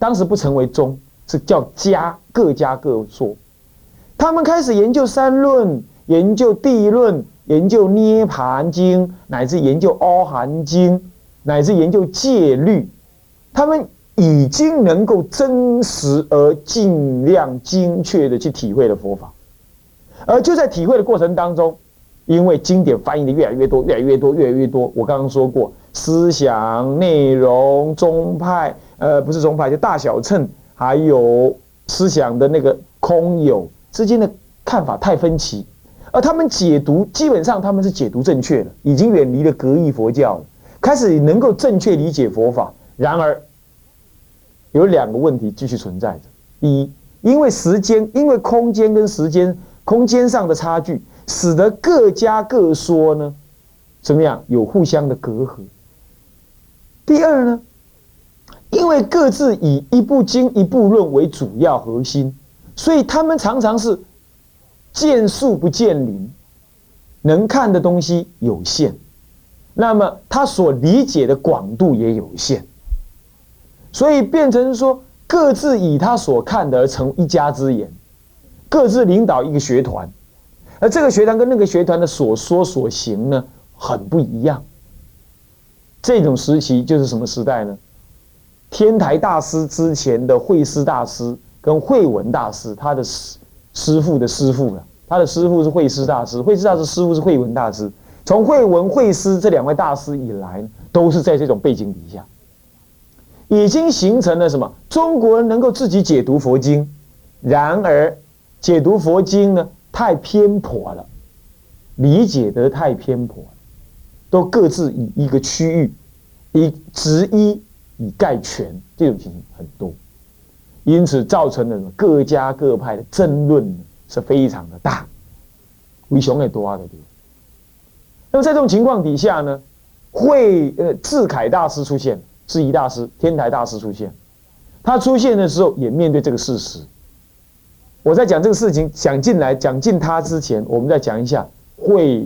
当时不称为宗，是叫家，各家各说。他们开始研究三论，研究地论，研究涅盘经，乃至研究阿含经，乃至研究戒律。他们已经能够真实而尽量精确的去体会了佛法，而就在体会的过程当中，因为经典翻译的越来越多，越来越多，越来越多。我刚刚说过，思想内容、宗派，不是宗派，就大小乘，还有思想的那个空有之间的看法太分歧，而他们解读基本上他们是解读正确的，已经远离了格义佛教了，开始能够正确理解佛法。然而，有两个问题继续存在着：第一，因为空间跟时间、空间上的差距，使得各家各说呢，怎么样有互相的隔阂；第二呢，因为各自以一部经一部论为主要核心，所以他们常常是见树不见林，能看的东西有限，那么他所理解的广度也有限，所以变成说各自以他所看的而成一家之言，各自领导一个学团，而这个学团跟那个学团的所说所行呢很不一样。这种时期就是什么时代呢？天台大师之前的慧思大师跟慧文大师，他的师父的师父了，他的师父是慧思大师，慧思大师师父是慧文大师。从慧文、慧思这两位大师以来，都是在这种背景底下，已经形成了什么？中国人能够自己解读佛经，然而解读佛经呢太偏颇了，理解得太偏颇了，都各自以一个区域，以执一以概全，这种情形很多，因此造成了各家各派的争论呢是非常的大，为熊也多的地方。那么在这种情况底下呢，智凯大师出现，智疑大师、天台大师出现，他出现的时候也面对这个事实。我在讲这个事情讲进他之前，我们再讲一下慧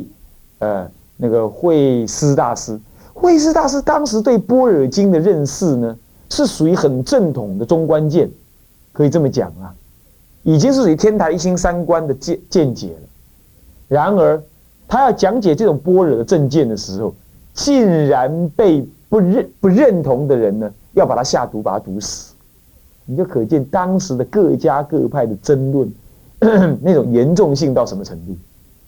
思大师。慧思大师当时对般若经的认识呢，是属于很正统的中观见，可以这么讲啊，已经是属于天台一心三观的见解了。然而，他要讲解这种般若的正见的时候，竟然被不认同的人呢，要把他下毒，把他毒死。你就可见当时的各家各派的争论那种严重性到什么程度。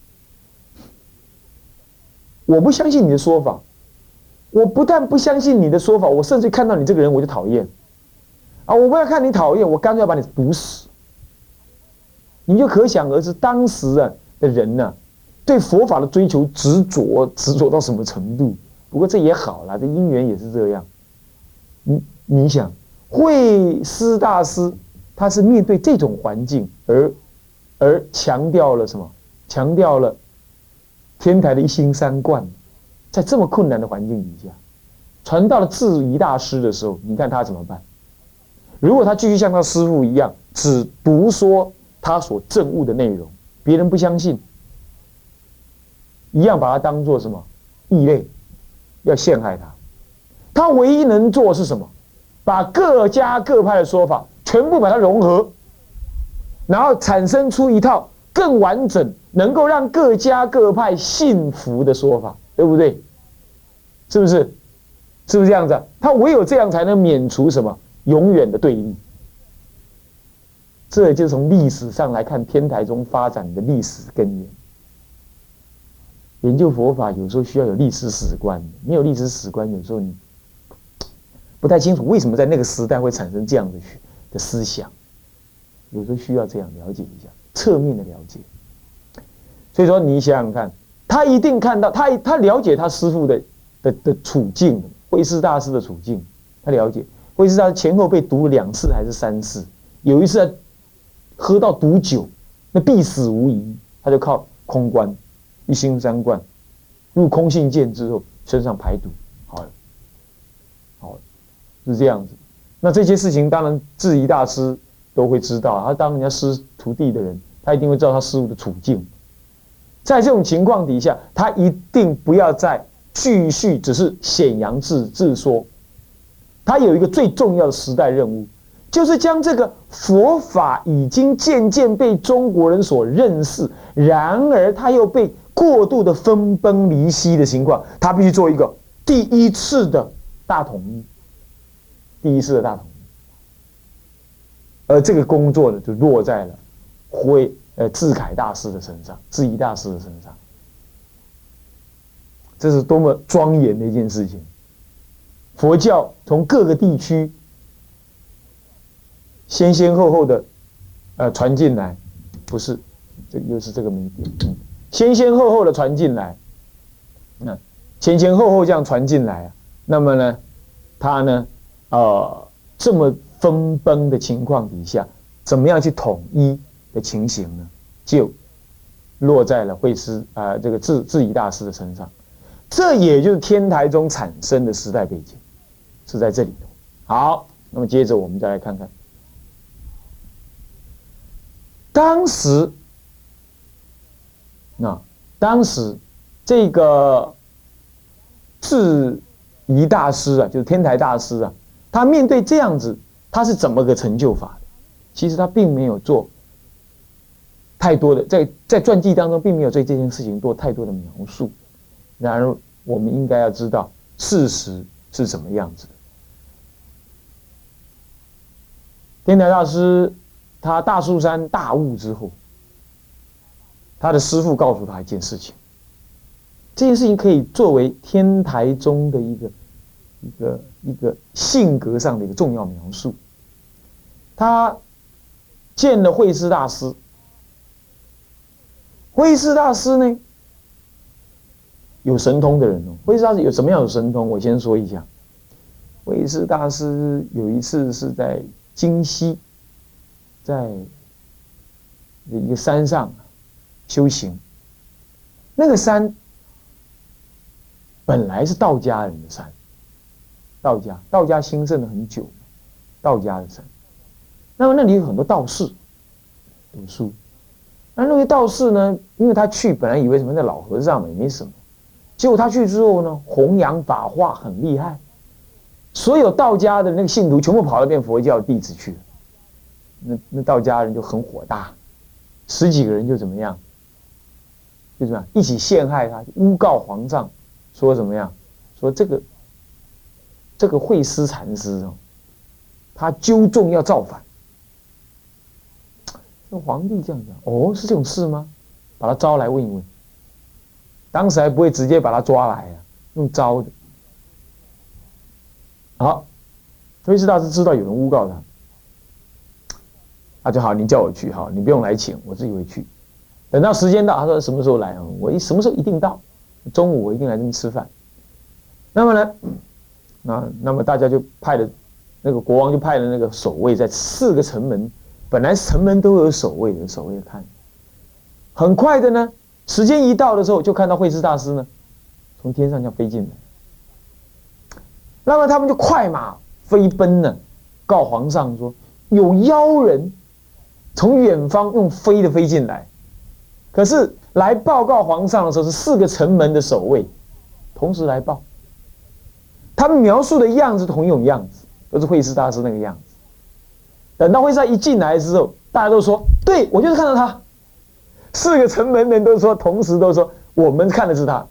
我不相信你的说法，我不但不相信你的说法，我甚至看到你这个人我就讨厌啊！我不要看你讨厌，我干脆要把你毒死。你就可想而知，当时的人呢，对佛法的追求执着到什么程度。不过这也好啦，这因缘也是这样。你想，慧思大师他是面对这种环境而强调了什么？强调了天台的一心三观。在这么困难的环境底下，传到了智疑大师的时候，你看他怎么办？如果他继续像他师父一样，只独说他所证悟的内容，别人不相信，一样把他当作什么异类，要陷害他。他唯一能做的是什么？把各家各派的说法全部把它融合，然后产生出一套更完整，能够让各家各派信服的说法，对不对？是不是？是不是这样子？他唯有这样才能免除什么永远的对立。这就是从历史上来看天台宗发展的历史根源。研究佛法有时候需要有历史史观，没有历史史观，有时候你不太清楚为什么在那个时代会产生这样的思想，有时候需要这样了解一下，侧面的了解。所以说，你想想看，他一定看到他了解他师父的处境，慧思大师的处境，他了解慧思大师前后被毒了2次还是3次，有一次喝到毒酒，那必死无疑，他就靠空观一心三观入空性见之后，身上排毒好了，是这样子。那这些事情当然智疑大师都会知道，他当人家师徒弟的人，他一定会知道他师父的处境。在这种情况底下，他一定不要再继续只是显扬自说，他有一个最重要的时代任务， 就是将这个佛法已经渐渐被中国人所认识，然而他又被过度的分崩离析的情况，他必须做一个第一次的大统一，第一次的大统一。而这个工作呢，就落在了智凯大师的身上，智颐大师的身上。这是多么庄严的一件事情！佛教从各个地区先后的传进来，不是，这又是这个谜点。先后的传进来，前后这样传进来啊。那么呢，他呢，这么分崩的情况底下，怎么样去统一的情形呢？就落在了慧师这个智颐大师的身上。这也就是天台宗产生的时代背景，是在这里头。好，那么接着我们再来看看，当时这个智颐大师啊，就是天台大师啊，他面对这样子，他是怎么个成就法的？其实他并没有做太多的，在传记当中，并没有对这件事情做太多的描述。然而，我们应该要知道事实是什么样子的。天台大师他大树山大悟之后，他的师父告诉他一件事情，这件事情可以作为天台宗的一个性格上的一个重要描述。他见了慧师大师，慧师大师呢，有神通的人哦。慧师大师有什么样的神通？我先说一下。慧师大师有一次是在京西，在一个山上修行。那个山本来是道家人的山，道家兴盛了很久，道家的山。那么那里有很多道士读书。那位道士呢，因为他去本来以为什么那老和尚也没什么。结果他去之后呢，弘扬法化很厉害，所有道家的那个信徒全部跑到变佛教弟子去了。那道家人就很火大，10几个人就怎么样，一起陷害他，诬告皇上，说怎么样，说这个慧师禅师哦，他纠众要造反。那皇帝这样讲，哦，是这种事吗？把他招来问一问。当时还不会直接把他抓来啊，用招的。好，慧师大师知道有人诬告他，就好，你叫我去，好，你不用来请，我自己会去。等到时间到，他说什么时候来啊？我什么时候一定到，中午我一定来这边吃饭。那么呢，那么大家就派了那个国王就派了那个守卫在4个城门，本来城门都有守卫的，守卫看。很快的呢。时间一到的时候，就看到慧师大师呢，从天上这样飞进来。那么他们就快马飞奔呢，告皇上说有妖人从远方用飞的飞进来。可是来报告皇上的时候，是4个城门的守卫同时来报。他们描述的样子同一种样子，都是慧师大师那个样子。等到慧师大师一进来之后，大家都说：“对，我就是看到他。”4个城门人都说，同时都说我们看的是他。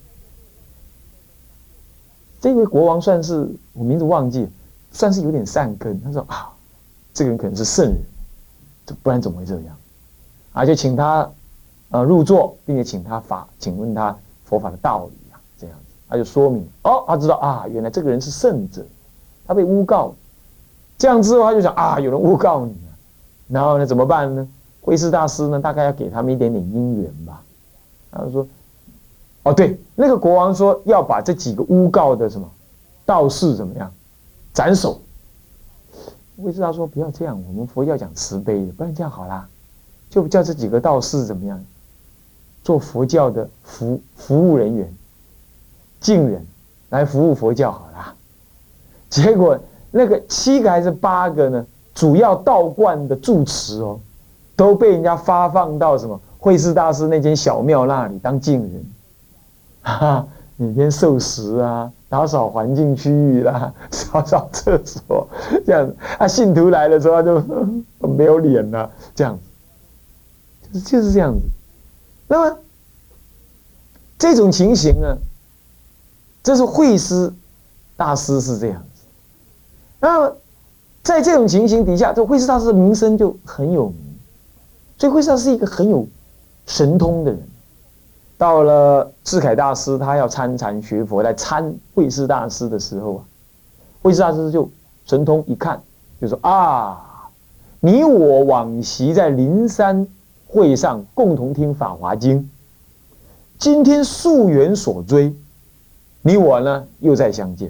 这位国王算是我名字忘记了，算是有点善根。他说啊，这个人可能是圣人，不然怎么会这样？就请他入座，并且请问他佛法的道理啊，这样子，他就说明他知道啊，原来这个人是圣者，他被诬告。这样之后他就想啊，有人诬告你啊，然后呢怎么办呢？慧师大师呢，大概要给他们一点点因缘吧。他就说：“哦，对，那个国王说要把这几个诬告的什么道士怎么样斩首。”慧师大师说：“不要这样，我们佛教讲慈悲的，不然这样好啦，就叫这几个道士怎么样做佛教的服务人员、敬人来服务佛教好啦。”结果那个7个还是8个呢，主要道观的住持哦。都被人家发放到什么慧师大师那间小庙那里当敬人，每天受食啊， 打扫环境区域啦，扫扫厕所，这样子。信徒来的时候他就没有脸了，这样子，就是这样子。那么这种情形呢，这是慧思大师是这样子。那么在这种情形底下，这慧思大师的名声就很有名，所以慧思大师是一个很有神通的人。到了智凯大师，他要参禅学佛，来参慧思大师的时候啊，慧思大师就神通一看，就说啊，你我往昔在灵山会上共同听《法华经》，今天溯源所追，你我呢又再相见。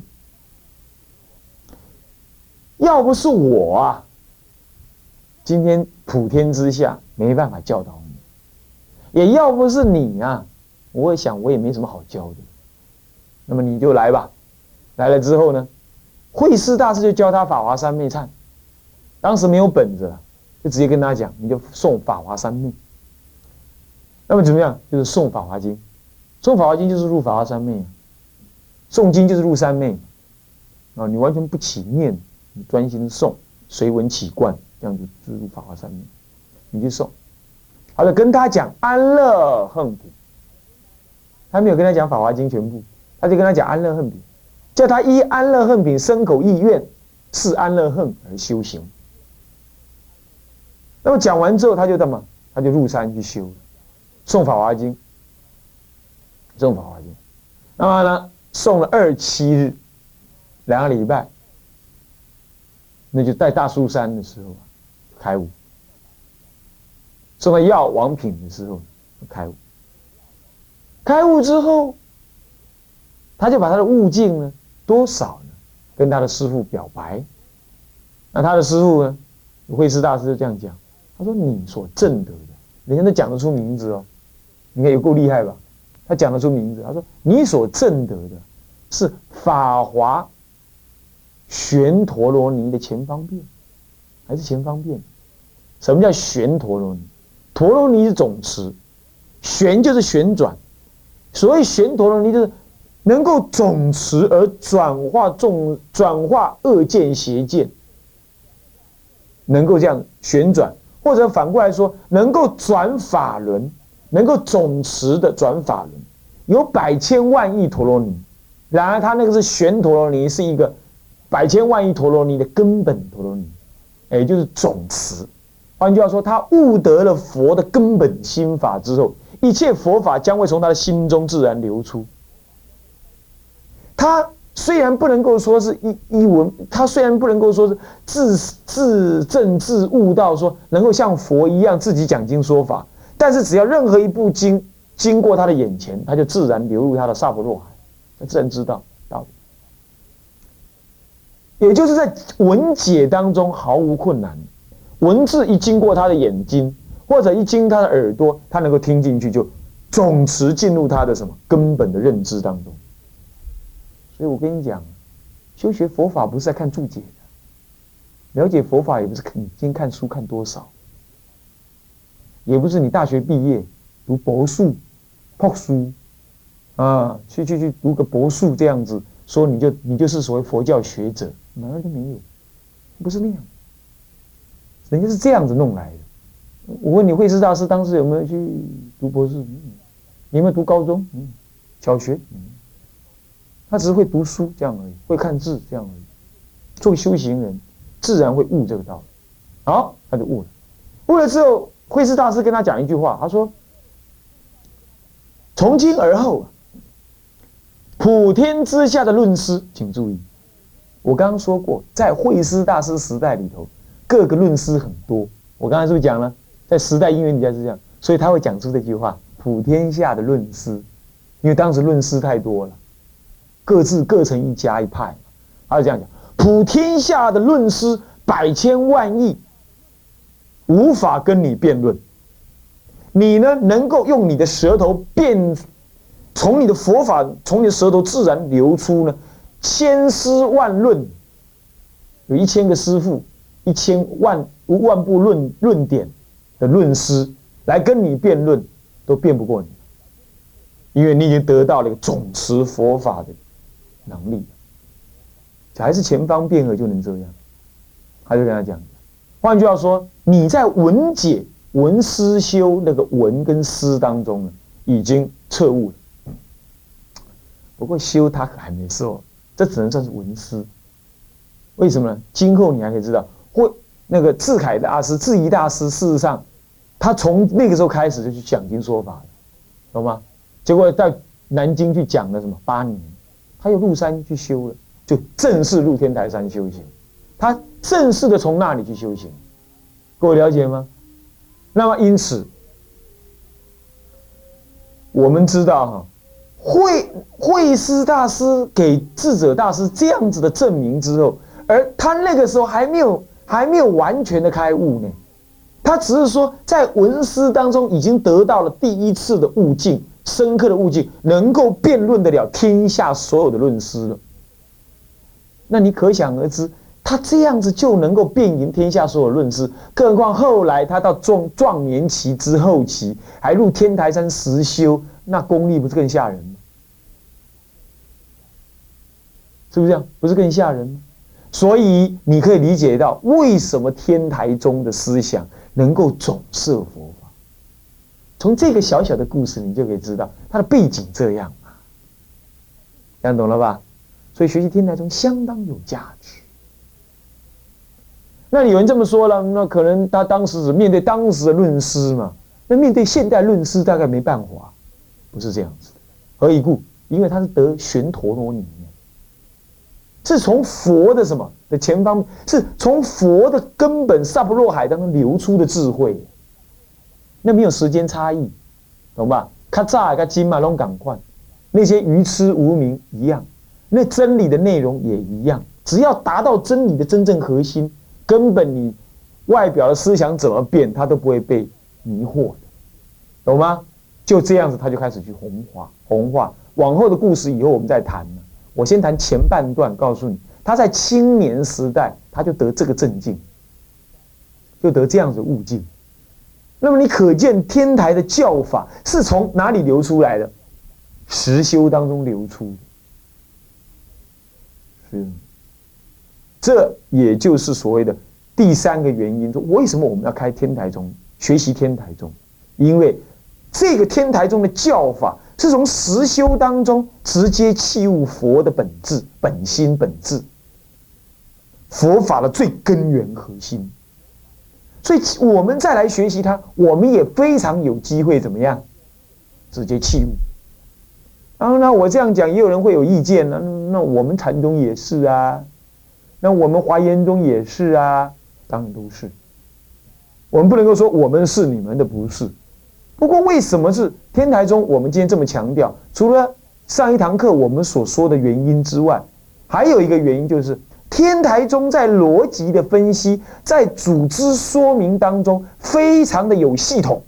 要不是我啊，今天普天之下没办法教导你，也要不是你啊，我想我也没什么好教的。那么你就来吧。来了之后呢，慧思大师就教他法华三昧忏。当时没有本子，就直接跟他讲，你就诵法华三昧。那么怎么样？就是诵法华经。诵法华经就是入法华三昧，诵经就是入三昧。啊，你完全不起念，你专心诵，随文起观，这样就入法华三昧。你去诵。好了，跟他讲安乐横品。他没有跟他讲法华经全部，他就跟他讲安乐横品，叫他依安乐横品生口意愿，是安乐横而修行。那么讲完之后，他就干嘛？他就入山去修，诵法华经，诵法华经。那么呢，诵了27日，2个礼拜，那就在大树山的时候开悟。诵到药王品的时候开悟。开悟之后，他就把他的悟境呢，多少呢，跟他的师父表白。那他的师父呢，慧思大师就这样讲，他说：“你所证得的，人家都讲得出名字哦，你看有够厉害吧？他讲得出名字，他说你所证得的是法华旋陀罗尼的前方便，还是前方便？什么叫旋陀罗尼？陀罗尼是总持，旋就是旋转。”所谓旋陀罗尼，就是能够总持而转化恶见邪见，能够这样旋转，或者反过来说，能够转法轮，能够总持的转法轮，有百千万亿陀罗尼。然而，他那个是旋陀罗尼，是一个百千万亿陀罗尼的根本陀罗尼，也就是总持。换句话说，他悟得了佛的根本心法之后，一切佛法将会从他的心中自然流出。他虽然不能够说是一文，他虽然不能够说是自证自悟到说能够像佛一样自己讲经说法，但是只要任何一部经经过他的眼前，他就自然流入他的萨婆若海，他自然知道道理。也就是在文解当中毫无困难，文字一经过他的眼睛，或者一经他的耳朵，他能够听进去，就总持进入他的什么根本的认知当中。所以我跟你讲，修学佛法不是在看注解的，了解佛法也不是你今天看书看多少，也不是你大学毕业读博术、博书啊，去读个博术这样子，说你就是所谓佛教学者，哪儿都没有，不是那样，人家是这样子弄来的。我问你，慧思大师当时有没有去读博士？你有没有读高中？小学？他只是会读书这样而已，会看字这样而已。做修行人，自然会悟这个道理。好，他就悟了。悟了之后，慧思大师跟他讲一句话，他说：“从今而后，普天之下的论师，请注意，我刚刚说过，在慧思大师时代里头，各个论师很多。我刚才是不是讲了，在时代因缘底下是这样，所以他会讲出这句话：普天下的论师，因为当时论师太多了。”各成一家一派，他就这样讲：普天下的论师百千万亿，无法跟你辩论。你呢，能够用你的舌头从你的佛法，从你的舌头自然流出呢，千师万论，有1000个师父，1000万部论点的论师来跟你辩论，都辩不过你，因为你已经得到了一个总持佛法的能力，还是前方便合就能这样。他就跟他讲，换句话说，你在文解文思修那个文跟思当中呢，已经彻悟了。不过修他可还没受，这只能算是文思。为什么呢？今后你还可以知道，那个智凯大师、智疑大师，事实上他从那个时候开始就去讲经说法了，懂吗？结果在南京去讲了什么8年，他又入山去修了，就正式入天台山修行。他正式的从那里去修行，各位了解吗？那么因此，我们知道哈，慧思大师给智者大师这样子的证明之后，而他那个时候还没有完全的开悟呢，他只是说在文思当中已经得到了第一次的悟境，深刻的悟境，能够辩论得了天下所有的论师了。那你可想而知，他这样子就能够辩赢天下所有论师，更何况后来他到壮年期之后期，还入天台山实修，那功力不是更吓人吗？是不是这样？不是更吓人吗？所以你可以理解到，为什么天台宗的思想能够总摄佛法。从这个小小的故事，你就可以知道它的背景这样啊，这样懂了吧？所以学习天台宗相当有价值。那有人这么说了，那可能他当时只面对当时的论师嘛，那面对现代论师大概没办法，不是这样子的。何以故？因为他是得玄陀罗尼，是从佛的什么的前方，是从佛的根本萨婆若海当中流出的智慧，那没有时间差异，懂吧？较早跟今嘛拢同款，那些愚痴无明一样，那真理的内容也一样，只要达到真理的真正核心。根本你外表的思想怎么变，他都不会被迷惑的，懂吗？就这样子，他就开始去红化。往后的故事以后我们再谈了。我先谈前半段，告诉你，他在青年时代他就得这个正境，就得这样子的悟境。那么你可见天台的教法是从哪里流出来的？实修当中流出的。是。这也就是所谓的第3个原因，说为什么我们要开天台宗，学习天台宗？因为这个天台宗的教法是从实修当中直接契悟佛的本质、本心、本质，佛法的最根源核心。所以我们再来学习它，我们也非常有机会怎么样？直接契悟。然后呢，我这样讲，也有人会有意见呢。那我们禅宗也是啊。那我们华严宗也是啊，当然都是。我们不能够说我们是，你们的不是。不过为什么是天台宗？我们今天这么强调，除了上一堂课我们所说的原因之外，还有一个原因就是天台宗在逻辑的分析，在组织说明当中非常的有系统。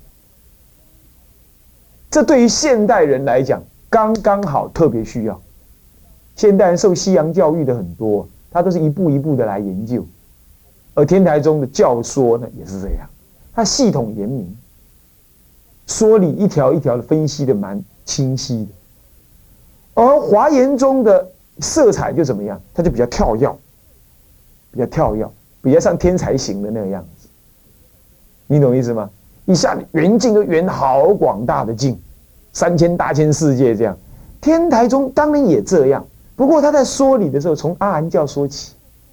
这对于现代人来讲，刚刚好，特别需要。现代人受西洋教育的很多。他都是一步一步的来研究，而天台宗的教说呢也是这样，他系统严明，说理一条一条的分析的蛮清晰的。而华严宗的色彩就怎么样？它就比较跳跃，比较像天才型的那个样子。你懂意思吗？一下圆镜就圆好广大的镜，3000大千世界这样。天台宗当然也这样。不过他在说理的时候，从阿含教说起，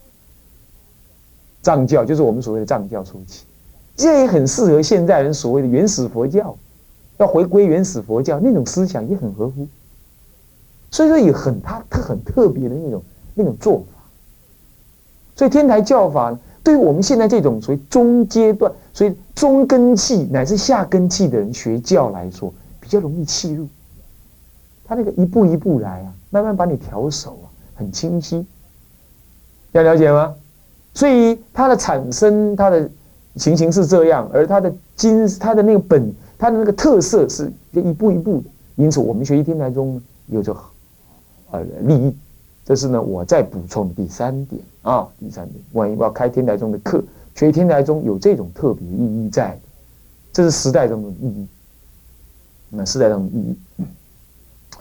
藏教就是我们所谓的藏教说起，这也很适合现代人所谓的原始佛教，要回归原始佛教那种思想也很合乎，所以说有他很特别的那种做法。所以天台教法呢，对于我们现在这种所谓中阶段、所以中根器乃至下根器的人学教来说，比较容易契入。他那个一步一步来啊，慢慢把你调熟啊，很清晰，要了解吗？所以它的产生，它的情形是这样，而它的它的那个特色是一步一步的。因此，我们学习天台宗有着利益。这是呢，我再补充的第3点啊，第3点，万一要开天台宗的课，学习天台宗有这种特别意义在的，这是时代中的意义。那时代中的意义。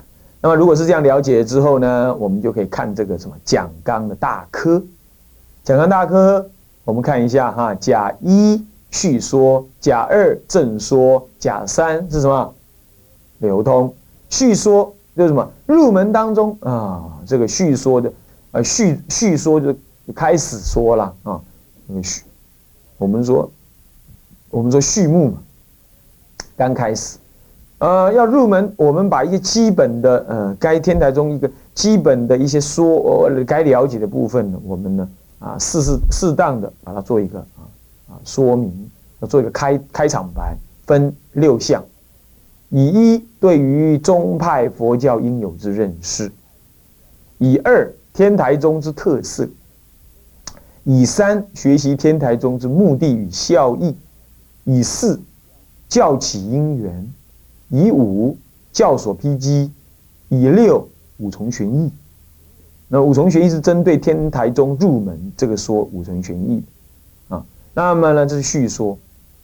那么如果是这样了解之后呢，我们就可以看这个什么讲纲的大科。讲纲大科，我们看一下哈，甲一序说，甲二正说，甲三是什么？流通。序说就是什么？入门当中啊，这个序说的，序说就开始说了啊，那个序，我们说序幕嘛，刚开始。要入门，我们把一些基本的该天台宗一个基本的一些该了解的部分呢，我们呢适当的把它做一个说明，要做一个开场白，分6项。以一对于宗派佛教应有之认识，以二天台宗之特色，以三学习天台宗之目的与效益，以四教起因缘，以五教所披基，以六五重玄义。那五重玄义是针对天台宗入门这个说五重玄义啊。那么呢，这是序说。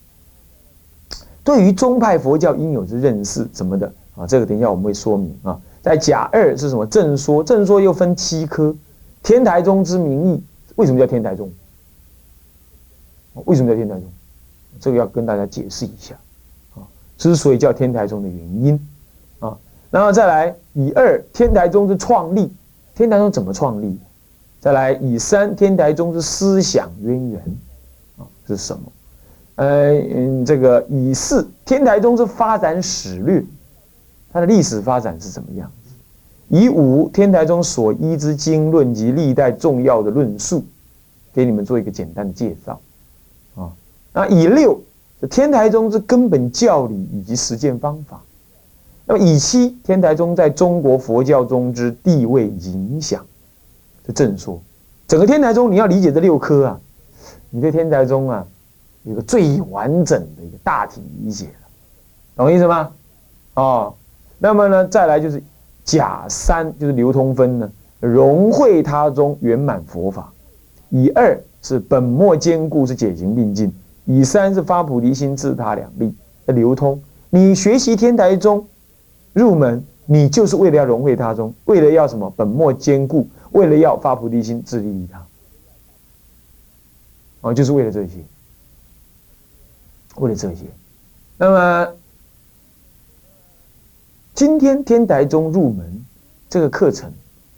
对于宗派佛教应有之认识什么的啊，这个等一下我们会说明啊。在甲二是什么？正说，正说又分7科。天台宗之名义，为什么叫天台宗？为什么叫天台宗？这个要跟大家解释一下啊。之所以叫天台宗的原因啊，然后再来以二天台宗之创立，天台宗怎么创立？再来以三天台宗之思想渊源啊是什么？这个以四天台宗之发展史略，它的历史发展是怎么样子？以五天台宗所依之经论及历代重要的论述，给你们做一个简单的介绍啊。那以六天台宗之根本教理以及实践方法。那么以七天台宗在中国佛教中之地位以及影响，这正说。整个天台宗你要理解这6科啊，你对天台宗啊有个最完整的一个大体理解了，懂意思吗？哦，那么呢，再来就是甲三，就是流通分呢，融会他中，圆满佛法。以二是本末兼顾，是解行并进；以三是发菩提心，自他两利的流通。你学习天台宗入门，你就是为了要融会他中，为了要什么？本末兼顾，为了要发菩提心，自利利他。哦，就是为了这些。为了这些，那么今天天台宗入门这个课程，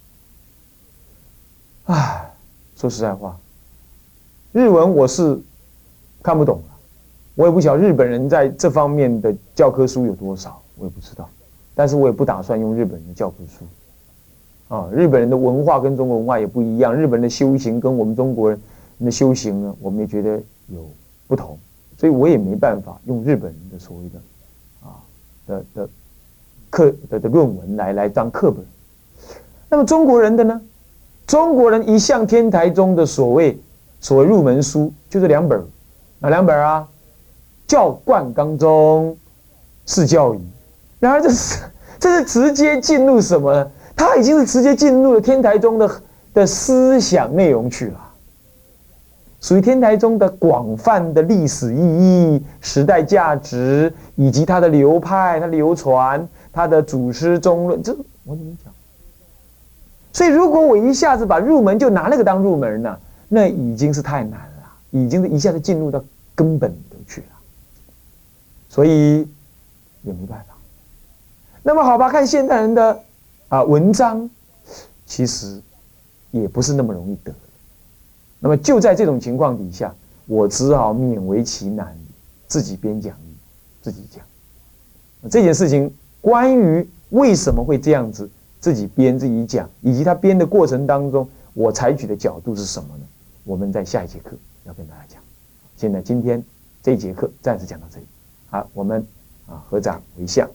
说实在话，日文我是看不懂了，我也不晓得日本人在这方面的教科书有多少，我也不知道，但是我也不打算用日本人的教科书。日本人的文化跟中国文化也不一样，日本人的修行跟我们中国人的修行呢，我们也觉得有不同。所以我也没办法用日本人的所谓的论文来当课本。那么中国人的呢？中国人一向天台宗的所谓入门书就这2本，哪2本啊？教贯纲宗、释教仪。然而这是直接进入什么呢？它已经是直接进入了天台宗的思想内容去了。属于天台宗的广泛的历史意义、时代价值，以及它的流派、它流传、它的祖师宗论，这我怎么讲？所以，如果我一下子把入门就拿那个当入门呢，那已经是太难了，已经是一下子进入到根本的去了，所以也没办法。那么好吧，看现代人的文章，其实也不是那么容易得。那么就在这种情况底下，我只好勉为其难，自己编讲义，自己讲。这件事情关于为什么会这样子，自己编自己讲，以及他编的过程当中，我采取的角度是什么呢？我们在下一节课要跟大家讲。现在今天这一节课暂时讲到这里。好，我们合掌为相。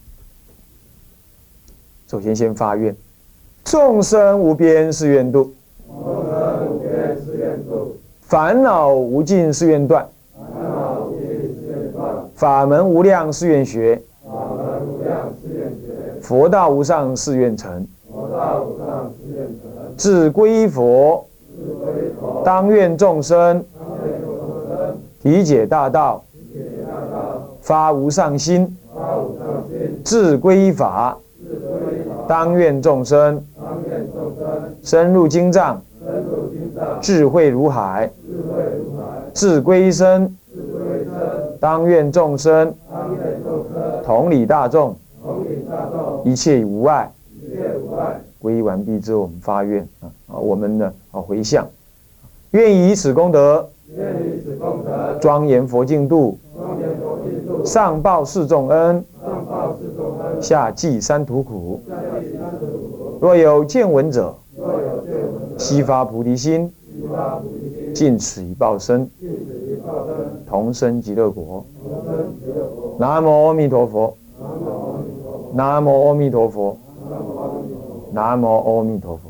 首先发愿，众生无边誓愿度。烦恼无尽誓愿断，法门无量誓愿学，佛道无上誓愿成，至归佛，当愿众生体解大道，发无上心，至归法， 当愿众生深入经藏，智慧如海，智归身。当愿众生同理大众，一切无碍。皈依完毕之后，我们发愿我们呢回向，愿以此功德，庄严佛净土，上报四重恩，下济三途苦。若有见闻者，悉发菩提心，尽此一报身，同生极乐国。南无阿弥陀佛。南无阿弥陀佛。南无阿弥陀佛。